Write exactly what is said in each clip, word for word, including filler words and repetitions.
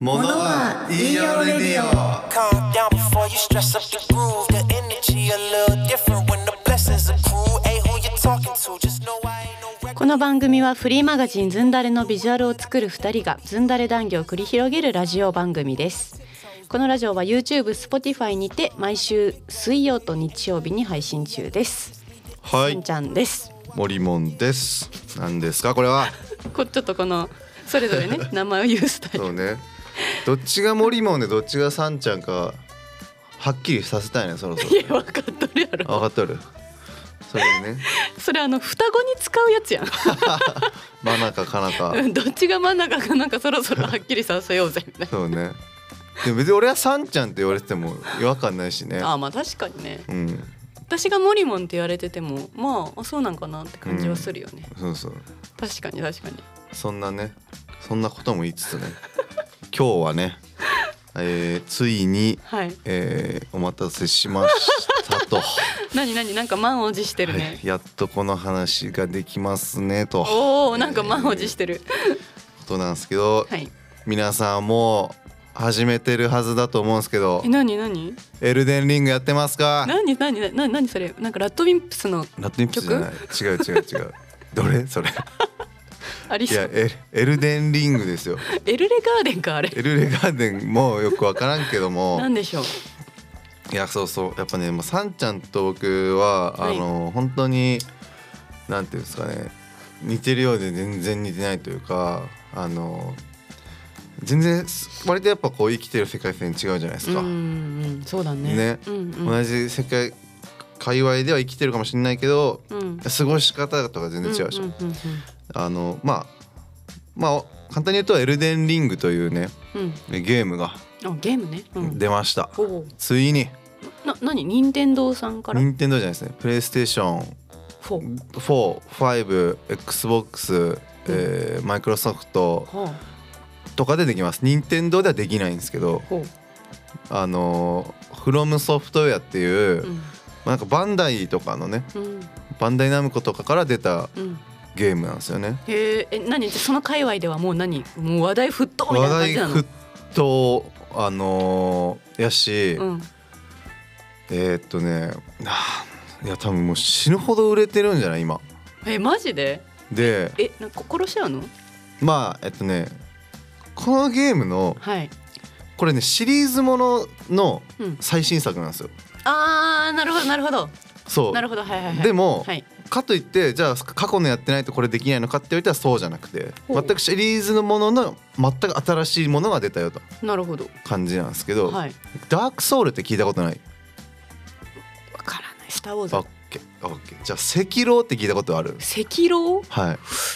ものは言いようレディオ。 この番組はフリーマガジンズンダレのビジュアルを作るふたりがズンダレ談義を繰り広げるラジオ番組です。このラジオは YouTube、Spotify にて毎週水曜と日曜日に配信中です。 はい、 さんちゃんです。 森門です。何ですかこれは。 こちょっとこのそれぞれね名前を言うスタイル。 そうね。どっちが森門でどっちがさんちゃんかはっきりさせたいねそろそろ。 いや分かっとるやろ。 分かっとる。それね。それあの双子に使うやつやん。 真中かなか。 どっちが真ん中かなんかそろそろはっきりさせようぜみたいな。 そうね。でも別に俺はさんちゃんって言われてても違和感ないしね。 ああまあ確かにね。 うん。 私が森門って言われててもまあそうなんかなって感じはするよね。 うん、そうそう。 確かに確かに。 そんなねそんなことも言いつつね。今日はね、えー、ついに、はいえー、お待たせしましたと。 何何なんか満を持してるね、 はい、やっとこの話ができますねと。 おおなんか満を持してる、 えー、ことなんですけど、 はい、 皆さんもう始めてるはずだと思うんですけど。 え何何エルデンリングやってますか。 何何何何それなんかラッドウィンプスの曲。 ラッドウィンプスじゃない。違う違う違う。どれそれ。 ありそう。 いや エ, エルデンリングですよ。 エルレガーデンかあれ。 エルレガーデンもよくわからんけども。 なんでしょう。 いやそうそうやっぱねもうさんちゃんと僕は、はい、あの本当になんていうんですかね似てるようで全然似てないというかあの全然割とやっぱこう生きてる世界線違うじゃないですか。 うん、うん、そうだね。 ね、うんうん、同じ世界界隈では生きてるかもしれないけど、うん、過ごし方とか全然違うでしょ。あのまあまあ簡単に言うとエルデンリングというね、うん、ゲームがあゲームね、うん、 出ました。ついに。 な何任天堂さんから。 任天堂じゃないですね。プレイステーションフォー、ファイブ、Xbox、うんえー、マイクロソフトとかでできます。任天堂ではできないんですけど、あのフロムソフトウェアっていう、うんまあ、なんかバンダイとかのね、うん、バンダイナムコとかから出た、うんゲームなんですよね。 へえ、何その界隈ではもう何もう話題沸騰みたいな感じなの。 話題沸騰あのー、やし、うん、えー、っとねいや多分もう死ぬほど売れてるんじゃない今。 えマジで。 でえなんか殺し合うの。 まあえっとねこのゲームの、はい、これねシリーズものの最新作なんですよ、うん、 あーなるほどなるほど。そうなるほど、はいはいはい、 でも、はいかといってじゃあ過去のやってないとこれできないのかって言われたらそうじゃなくて全くシリーズのものの全く新しいものが出たよとなるほど感じなんですけど、 はい、 ダークソウルって聞いたことない。 わからないスターウォーズ。 オッケーオッケー。じゃあ赤狼って聞いたことある。 赤狼はい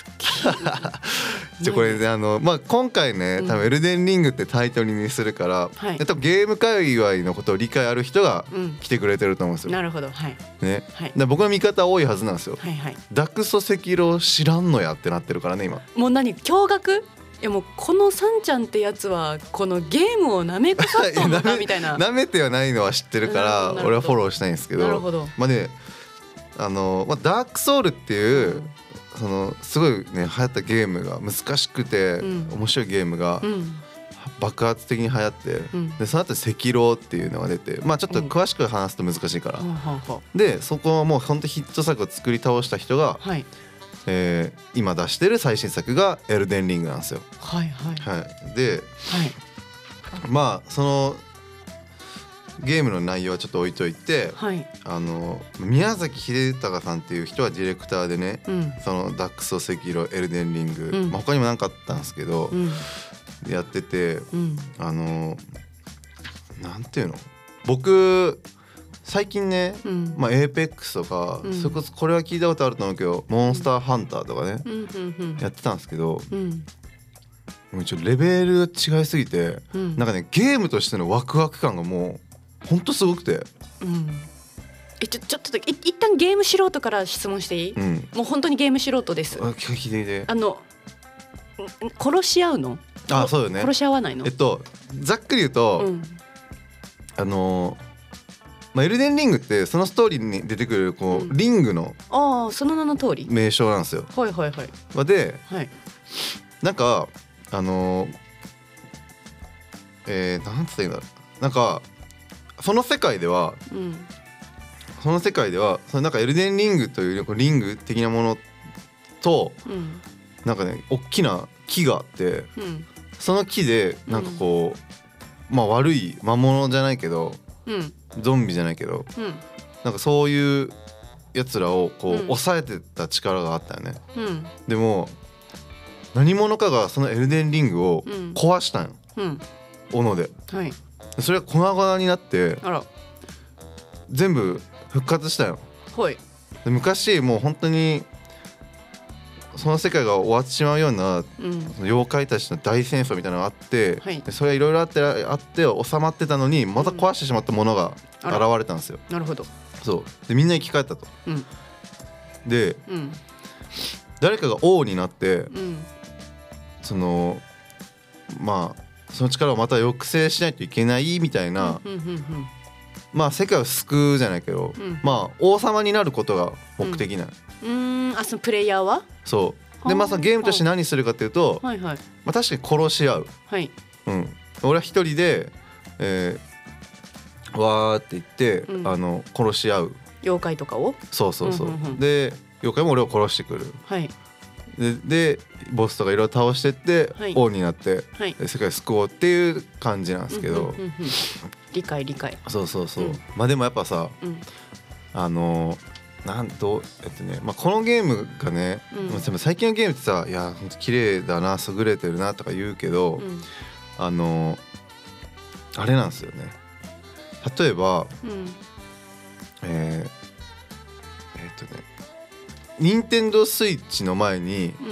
じゃあこれねあの、まあ、今回ね多分エルデンリングってタイトルにするから、うん、多分ゲーム界隈のことを理解ある人が来てくれてると思うんですよ、 うん、なるほどはいね、はい、で僕の見方多いはずなんですよ、 はいはい、 ダクソ赤狼知らんのやってなってるからね今。 もう何驚愕。いやもうこのさんちゃんってやつはこのゲームをなめこさっとんのかみたいななめてはないのは知ってるから俺はフォローしたいんですけど。 なるほど。 まあねあの、まあ、ダークソウルっていう、うんそのすごいね流行ったゲームが難しくて、うん、面白いゲームが爆発的に流行って、うん、でその後赤狼っていうのが出てまあちょっと詳しく話すと難しいから、うん、でそこはもう本当ヒット作を作り倒した人が、はいえー、今出してる最新作がエルデンリングなんですよ。 はいはい、 はい、で、はい、まあそのゲームの内容はちょっと置いといて、はい、あの宮崎秀隆さんっていう人はディレクターでね、うん、そのダックソ赤狼エルデンリング、うんまあ、他にも何かあったんですけど、うん、やってて、うん、あのなんていうの僕最近ね、うんまあ、エーペックスとか、うん、それこそこれは聞いたことあると思うけどモンスターハンターとかね、うん、やってたんですけど、うん、もうちょっとレベルが違いすぎて、うん、なんかねゲームとしてのワクワク感がもうほんとすごくて、うん、 えちょちょっとい一旦ゲーム素人から質問していい、うん、もう本当にゲーム素人です。 あ聞いていてあの殺し合うの。 あそうよね。 殺し合わないの。 えっとざっくり言うと、うん、あのまあ、エルデンリングってそのストーリーに出てくるこう、うん、リングのあその名の通り名称なんですよ。 はいはいはい。 で、はい、なんかあのえー、なんつったらいいんだろう、なんかその世界では、うん、その世界ではそのなんかエルデンリングというリング的なものと、うん、なんかね大きな木があって、うん、その木でなんかこう、うん、まあ悪い魔物じゃないけど、うん、ゾンビじゃないけど、うん、なんかそういうやつらをこう、うん、抑えてた力があったよね、うん、でも何者かがそのエルデンリングを壊したんよ、うん、斧で、はい、それが粉々になってあら全部復活したよ、はい、で昔もう本当にその世界が終わってしまうような、うん、妖怪たちの大戦争みたいなのがあって、はい、でそれがいろいろあってあって収まってたのにまた壊してしまったものが現れたんですよ、うん、なるほど。そうでみんな生き返ったと、うん、で、うん、誰かが王になって、うん、そのまあその力をまた抑制しないといけないみたいな、うんうんうんうん、まあ世界を救うじゃないけど、うん、まあ王様になることが目的なの、 うん、うーんあそのプレイヤーはそうで、まあ、そのゲームとして何するかっていうと、はいはい、まあ、確かに殺し合う、はいうん、俺は一人で、えー、わーって言って、うん、あの殺し合う妖怪とかをそうそうそう、うんうんうん、で妖怪も俺を殺してくる、はい、で, でボスとかいろいろ倒してって、はい、王になって、はい、世界を救おうっていう感じなんですけど、うんうんうんうん、 理解理解そうそうそう、うん、まあでもやっぱさ、うん、あのなんとえっとねまあ、このゲームがね、うん、最近のゲームってさいやほんと綺麗だな優れてるなとか言うけど、うん、あのあれなんですよね。例えば、うん、えー、えー、っとね任天堂スイッチの前に、うん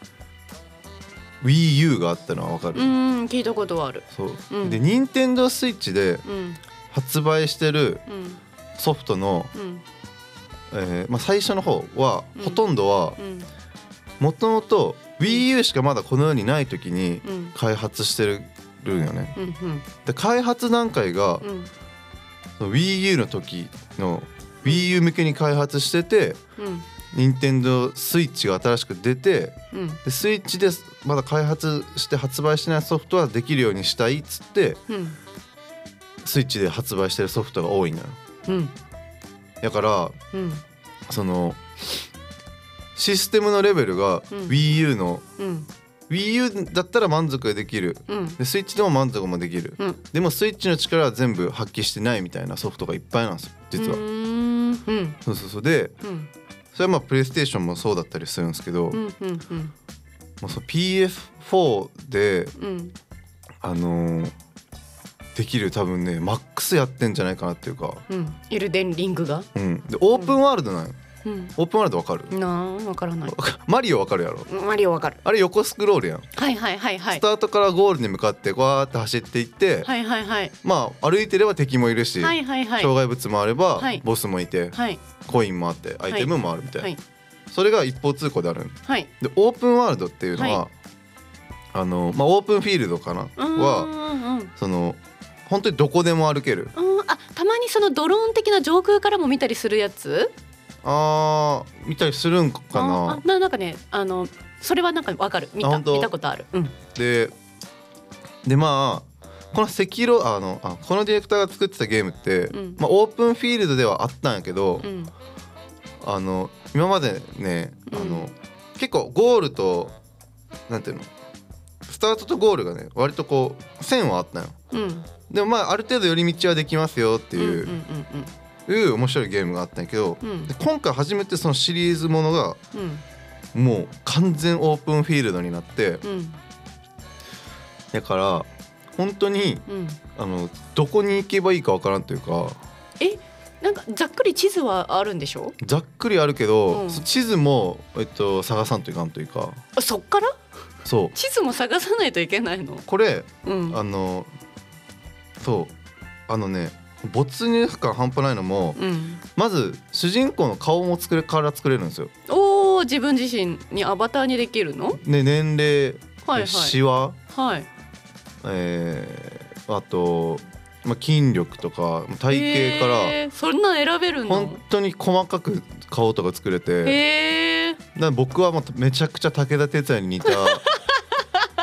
、Wii U があったのは分かる？ うん聞いたことはある。 そう、うん、で任天堂スイッチで発売してるソフトの、うんえーまあ、最初の方は、うん、ほとんどはもともと Wii U しかまだこの世にない時に開発してるんよね、うんうん、で開発段階が、うん、その Wii U の時の Wii U 向けに開発してて、うん、任天堂スイッチが新しく出て、うん、でスイッチでまだ開発して発売してないソフトはできるようにしたいっつって、うん、スイッチで発売してるソフトが多いんだよ、うんだから、うん、そのシステムのレベルが Wii U の、うん、Wii U だったら満足できる、うん、でスイッチでも満足もできる、うん、でもスイッチの力は全部発揮してないみたいなソフトがいっぱいなんですよ実は。うーん、うん、そうそうそうで、うん、それはまあプレイステーションもそうだったりするんですけど、うんうんうん、まあ、その ピーエスフォー で、うん、あのーできる多分ねマックスやってんじゃないかなっていうか、 うん、エルデンリングが、 うん、でオープンワールドなの、うん、オープンワールドわかる？ なあわからない。 マリオわかるやろ？ マリオわかる。 あれ横スクロールやん。 はいはいはいはい。 スタートからゴールに向かってわーって走っていって、 はいはいはい。 まあ歩いてれば敵もいるし、 はいはいはい、 障害物もあれば、はい、ボスもいて、 はい、 コインもあってアイテムもあるみたいな、はい、それが一方通行である、 はい、 でオープンワールドっていうのは、はい、あのまあオープンフィールドかなはその本当にどこでも歩ける。 うん、あ、たまにそのドローン的な上空からも見たりするやつ？ あー、見たりするんかな。 あ、な、なんかね、あのそれはなんかわかる。見た見たことある。うん、で、 でまあこの赤色あのあこのディレクターが作ってたゲームって、うん、まあオープンフィールドではあったんやけど、うん、あの今までね、あの、うん、結構ゴールとなんていうの、スタートとゴールがね割とこう線はあったんよ。うん、でもまあある程度寄り道はできますよっていう、うんうんうん、いう面白いゲームがあったんやけど、うん、で今回初めてそのシリーズものが、うん、もう完全オープンフィールドになって、うん、だから本当に、うん、あのどこに行けばいいかわからんというか。 え、なんかざっくり地図はあるんでしょ？ ざっくりあるけど、うん、地図も、えっと、探さんといかんというか。 あ、そっから？ そう、 地図も探さないといけないの？ これ、うん、あのそうあのね没入感半端ないのも、うん、まず主人公の顔も作れから作れるんですよ。 おー、自分自身にアバターにできるの？ ね、年齢、 はいはい、 シワ、 はい、 えー、あと、まあ、筋力とか体型から、 えー、そんな選べるの？ 本当に細かく顔とか作れて、 えー、 だから僕はもうめちゃくちゃ武田鉄矢に似た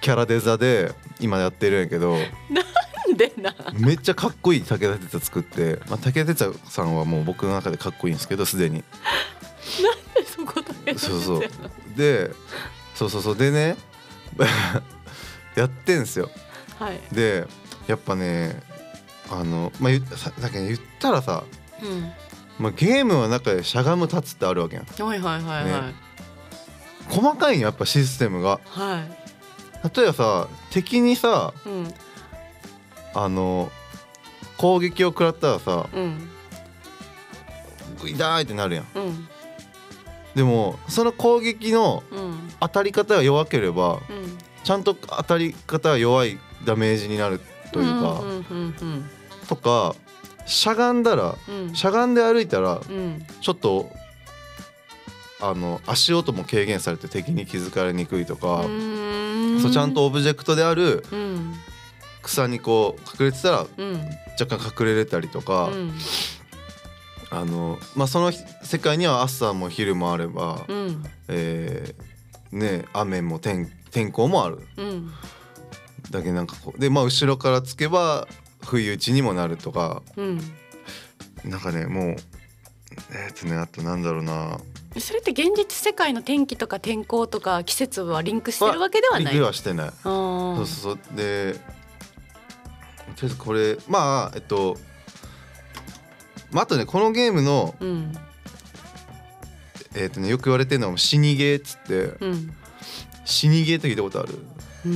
キャラデザで今やってるんやけど、 なんでな、 めっちゃかっこいい武田鉄矢作って、まあ、武田鉄矢さんはもう僕の中でかっこいいんですけどすでに。 なんでそこだけそうそうでそうそうそうでねやってんすよ、 はい、 でやっぱねあのまあだけど言ったらさ、うんまあ、ゲームの中でしゃがむ立つってあるわけやん。 はいはいはいはい、ね、 細かいんやっぱシステムが、はい、例えばさ敵にさ、うん、あの攻撃を食らったらさ、うん、痛いってなるやん、うん、でもその攻撃の当たり方が弱ければ、うん、ちゃんと当たり方が弱いダメージになるというか、うんうんうんうん、とかしゃがんだら、うん、しゃがんで歩いたら、うん、ちょっとあの足音も軽減されて敵に気づかれにくいとか、そうちゃんとオブジェクトである草にこう隠れてたら、うん、若干隠れれたりとか、うん、あのまあ、その世界には朝も昼もあれば、うんえーね、雨も 天, 天候もある、うん、だけなんかこうで、まあ、後ろからつけば不意打ちにもなるとか、うん、なんかねもうえー、っとねあとなんだろうな、 それって現実世界の天気とか天候とか季節はリンクしてるわけではない。 リンクはしてない。そうそうそうでとりあえずこれまあえっとまあ、あとねこのゲームの、うんえーとね、よく言われてるのは死にゲーっつって、うん、死にゲーって聞いたことある、うんうん、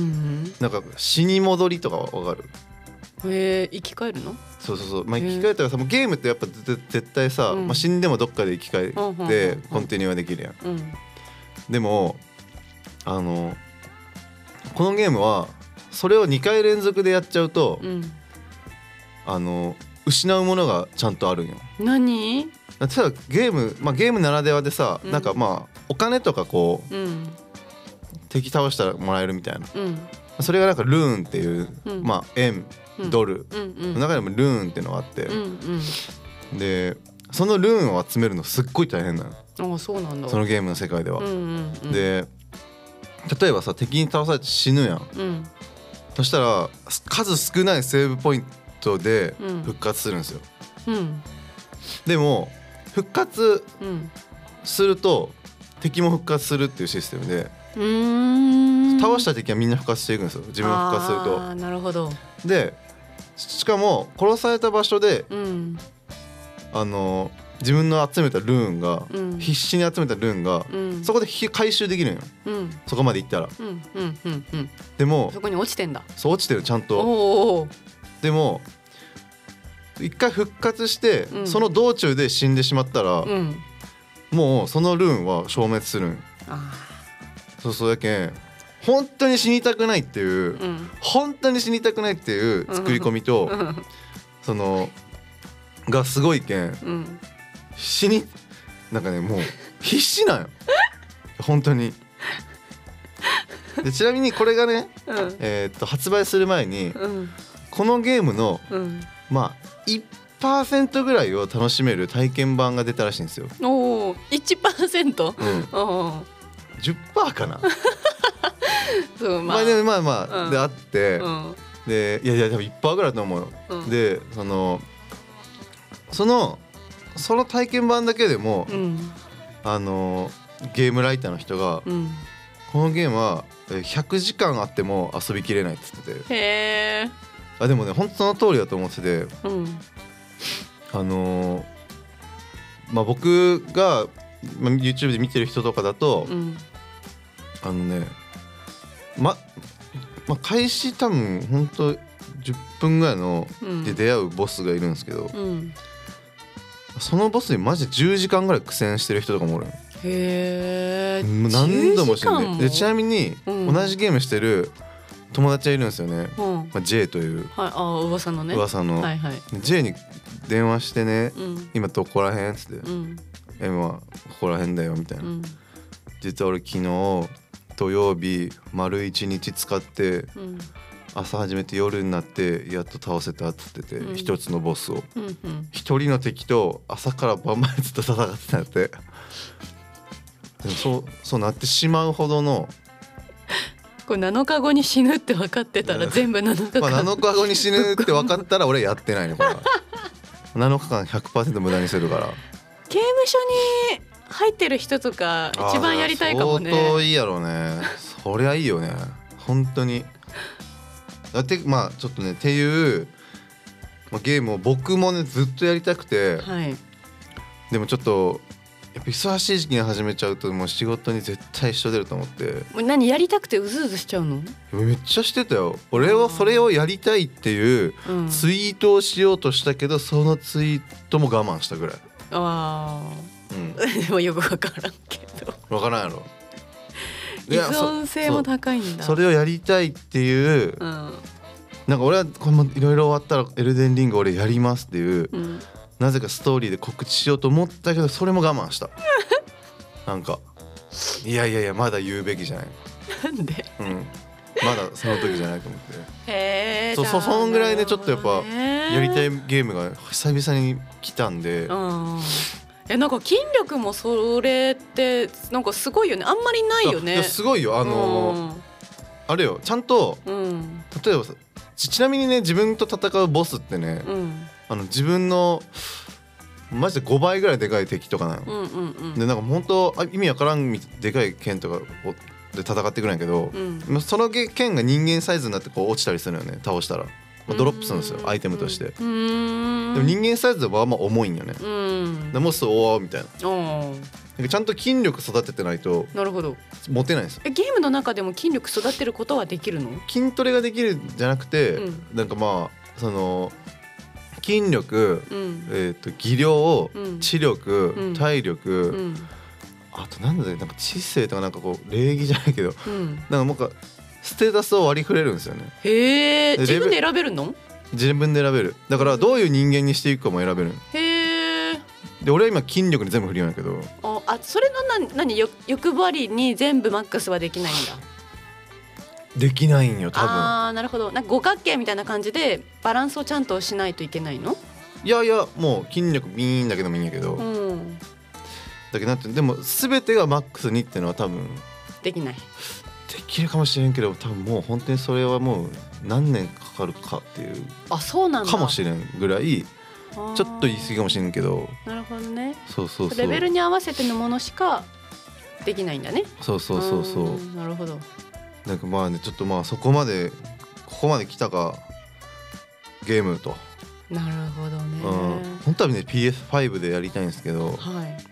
なんか死に戻りとかわかる？ へえ生き返るの？ そうそうそう、まあ、生き返ったらさもうゲームってやっぱ絶対さ、うんまあ、死んでもどっかで生き返ってコンティニューはできるやん、うん、でもあのこのゲームはそれをにかい連続でやっちゃうと、うん、あの失うものがちゃんとあるんよ。 何？ 例えばゲーム、まあ、ゲームならではでさ、うん、なんかまあお金とかこう、うん、敵倒したらもらえるみたいな、うん、それがなんかルーンっていう、うん、まあ円、ドルの中でもルーンっていうのがあって、うんうん、でそのルーンを集めるのすっごい大変なの。 あ、そうなんだ。 そのゲームの世界では、うんうんうん、で例えばさ敵に倒されて死ぬやん、うん、そしたら数少ないセーブポイントで復活するんですよ、うん、でも復活すると敵も復活するっていうシステムで、うーん倒した敵はみんな復活していくんですよ、自分が復活すると。 あー、なるほど。 でしかも殺された場所で、うん、あの自分の集めたルーンが、うん、必死に集めたルーンが、うん、そこで回収できるんよ、うん、そこまで行ったら、うんうんうんうん、でもそこに落ちてんだ。 そう落ちてるちゃんと。 おー、 でも一回復活して、うん、その道中で死んでしまったら、うん、もうそのルーンは消滅するん。あ、そうそうやけん本当に死にたくないっていう、うん、本当に死にたくないっていう作り込みと、うん、そのがすごいけん、うん、死になんかねもう必死なんよ本当に。でちなみにこれがね、うん、えー、っと発売する前に、うん、このゲームの、うん、まあ いちパーセント ぐらいを楽しめる体験版が出たらしいんですよ。 おー いちパーセント？ うん、 お じゅっパーセント かなそう、まあ、 まあでもまあまあ、うん、であって、うん、でいやいや多分 いちパーセント ぐらいだと思うよ、うん、でそのそのその体験版だけでも、うん、あのゲームライターの人が、うん、このゲームはひゃくじかんあっても遊びきれないって言ってて。 へー。 あでもね本当その通りだと思ってて、うん、あのー、まあ僕が、まあ、YouTube で見てる人とかだと、うん、あのねま、まあ、開始多分本当じゅっぷんぐらいので出会うボスがいるんですけど、うん、そのボスにマジじゅうじかんぐらい苦戦してる人とかもおるん。 へー。 何度も死んで、でちなみに、うん、同じゲームしてる友達がいるんですよね、うんまあ、J という、 はい、あ噂のね噂の、はいはい、J に電話してね、うん、今どこらへんっつって、うん、M はここらへんだよみたいな、うん、実は俺昨日土曜日丸一日使って、うん、朝始めて夜になってやっと倒せたっつってて、うん、一つのボスを、うんうん、一人の敵と朝から晩までずっと戦ってたんやって。でもそう、そうなってしまうほどのこれなのかごに死ぬって分かってたら全部なのかまあなのかごに死ぬって分かったら俺やってないのこれなのかかん ひゃくパーセント 無駄にするから。 刑務所に入ってる人とか一番やりたいかもね。 相当いいやろうね。そりゃいいよね本当に。だってまあちょっとねっていう、まあ、ゲームを僕もねずっとやりたくて、はい、でもちょっとやっぱ忙しい時期に始めちゃうともう仕事に絶対一緒出ると思って。 もう何やりたくてうずうずしちゃうの？ めっちゃしてたよ。俺はそれをやりたいっていうツイートをしようとしたけど、うん、そのツイートも我慢したぐらい。ああ、うん、でもよく分からんけど。 分からんやろ。 依存性も高いんだ。 そ, それをやりたいっていう、うん、なんか俺はいろいろ終わったらエルデンリング俺やりますっていう、うん、なぜかストーリーで告知しようと思ったけどそれも我慢したなんかいやいやいやまだ言うべきじゃない。 なんで、 うん、まだその時じゃないと思って。 へー、 そうそそんぐらいでちょっとやっぱやりたいゲームが久々に来たんで、うん、 えなんか筋力もそれってなんかすごいよね。あんまりないよね。 いやすごいよ。あのーうん、あれよちゃんと、うん、例えばち, ちなみにね自分と戦うボスってね、うん、あの自分のマジでごばいぐらいでかい敵とかなの、うんうんうん、でなんか本当意味わからんでかい剣とかで戦ってくるんやけど、うん、その剣が人間サイズになってこう落ちたりするのよね倒したら。ドロップするんですよアイテムとして。でも人間サイズはまあ重いんよね。でもうすぐおーみたいな。ちゃんと筋力育ててないとなるほど持てないんですよ。 えゲームの中でも筋力育てることはできるの？ 筋トレができるんじゃなくて、うん、なんかまあその筋力、うん、えー、と技量、うん、知力、うん、体力、うん、あとなんだろうなんか知性とかなんかこう礼儀じゃないけど、うん、なんかもうステータスを割り振れるんですよね。 へー、自分で選べるの？ 自分で選べる。だからどういう人間にしていくかも選べる。へー。で俺は今筋力に全部振りなんやけど。 あ、あそれのな何よ欲張りに全部マックスはできないんだ。 できないんよ多分。 あーなるほど。なんか五角形みたいな感じでバランスをちゃんとしないといけないの？ いやいやもう筋力ビーンだけでもいいんやけど、うん、だけどなんてでも全てがマックスにっていうのは多分できない。 できるかもしれんけど多分もう本当にそれはもう何年かかるかっていう。 あ、そうなんだ。 かもしれんぐらいちょっと言い過ぎかもしれんけど。 なるほどね。 そうそうそう。 レベルに合わせてのものしかできないんだね。 そうそうそうそう。 なるほど。 なんかまあねちょっとまあそこまでここまで来たかゲームと。 なるほどね。 うん、本当はね ピーエスファイブ でやりたいんですけど、はい、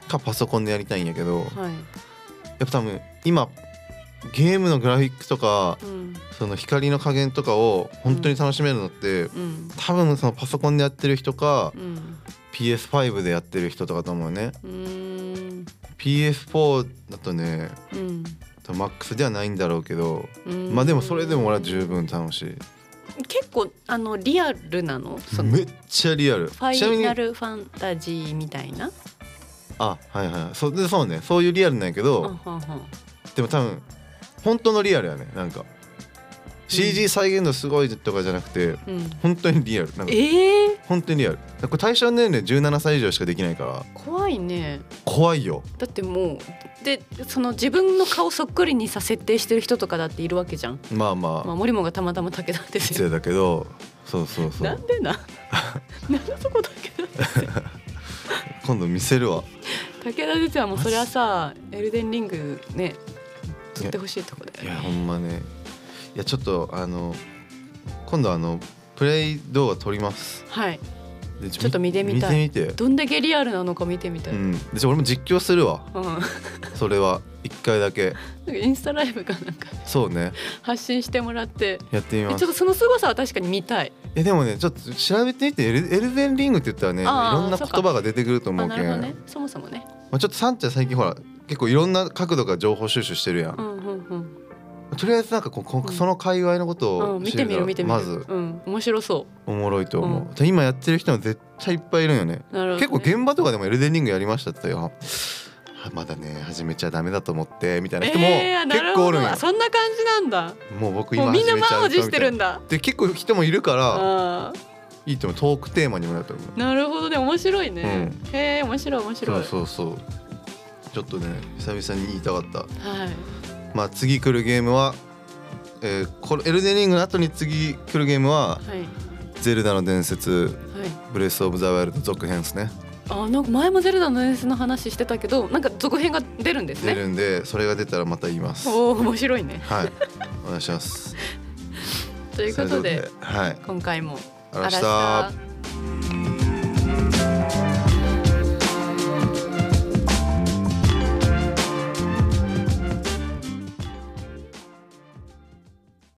かパソコンでやりたいんやけど、はい、やっぱ多分今ゲームのグラフィックとか、うん、その光の加減とかを本当に楽しめるのって、うん、多分そのパソコンでやってる人か、うん、ピーエスファイブ でやってる人とかと思うね。うーん ピーエスフォー だとね、うん、マックスではないんだろうけど、まあでもそれでも俺は十分楽しい。 結構あのリアルなの？そのめっちゃリアル。 ファイナルファンタジーみたいな。 あ、はいはい。そでそうね、そういうリアルなんやけど、はんはんはんでも多分本当のリアルやね。なんか シージー 再現度すごいとかじゃなくて、うん、本当にリアル。なんか、えー、本当にリアル。これ対象年齢じゅうななさい以上しかできないから。 怖いね。 怖いよ。 だってもうでその自分の顔そっくりにさ設定してる人とかだっているわけじゃん。 まあまあ。 まあ森もがたまたま武田ですよ。 失礼だけど、そうそうそう。 なんでな。なんでそこだけだ。 今度見せるわ。 武田実はもうそれはさエルデンリングね撮ってほしいとこだよね。 いやほんまね。いやちょっとあの今度あのプレイ動画撮ります。 はい。でちょっと見てみたい。見てみて。どんだけリアルなのか見てみたい。うん。 で俺も実況するわ。うん。それは一回だけ。 なんかインスタライブかなんか。 そうね。 発信してもらってやってみます。 ちょっとその凄さは確かに見たい。 えでもねちょっと調べてみてエル、エルデンリングって言ったらねいろんな言葉が出てくると思うけん。 なるほどね。そもそもね。 まあちょっとサンちゃん最近ほら結構いろんな角度から情報収集してるやん。うんうんうん。とりあえずなんかこう、うん、その界隈のことを知るのがまず、 うん、面白そう。 おもろいと思う。うん、今やってる人も絶対いっぱいいるよね。ね結構現場とかでもエルデンリングやりましたって言ったよ。まだね始めちゃダメだと思ってみたいな人も結構おるんや、えー、 そんな感じなんだ。 もう僕今始めちゃうとみたいな。みんな満を持してるんだ。で結構人もいるからいいと思う。トークテーマにもなると思う。 なるほどね面白いね。うん、へえ面白い面白い。 そうそうそうちょっとね久々に言いたかった。はい。まあ次来るゲームはえー、このエルデンリングの後に次来るゲームは、はい、ゼルダの伝説、はい、ブレスオブザワイルド続編ですね。 あ、なんか前もゼルダの伝説の話してたけど、なんか続編が出るんですね。 出るんで、それが出たらまた言います。 おー、面白いね。 はい、お願いします。 ということで、 はい、 今回もあらした。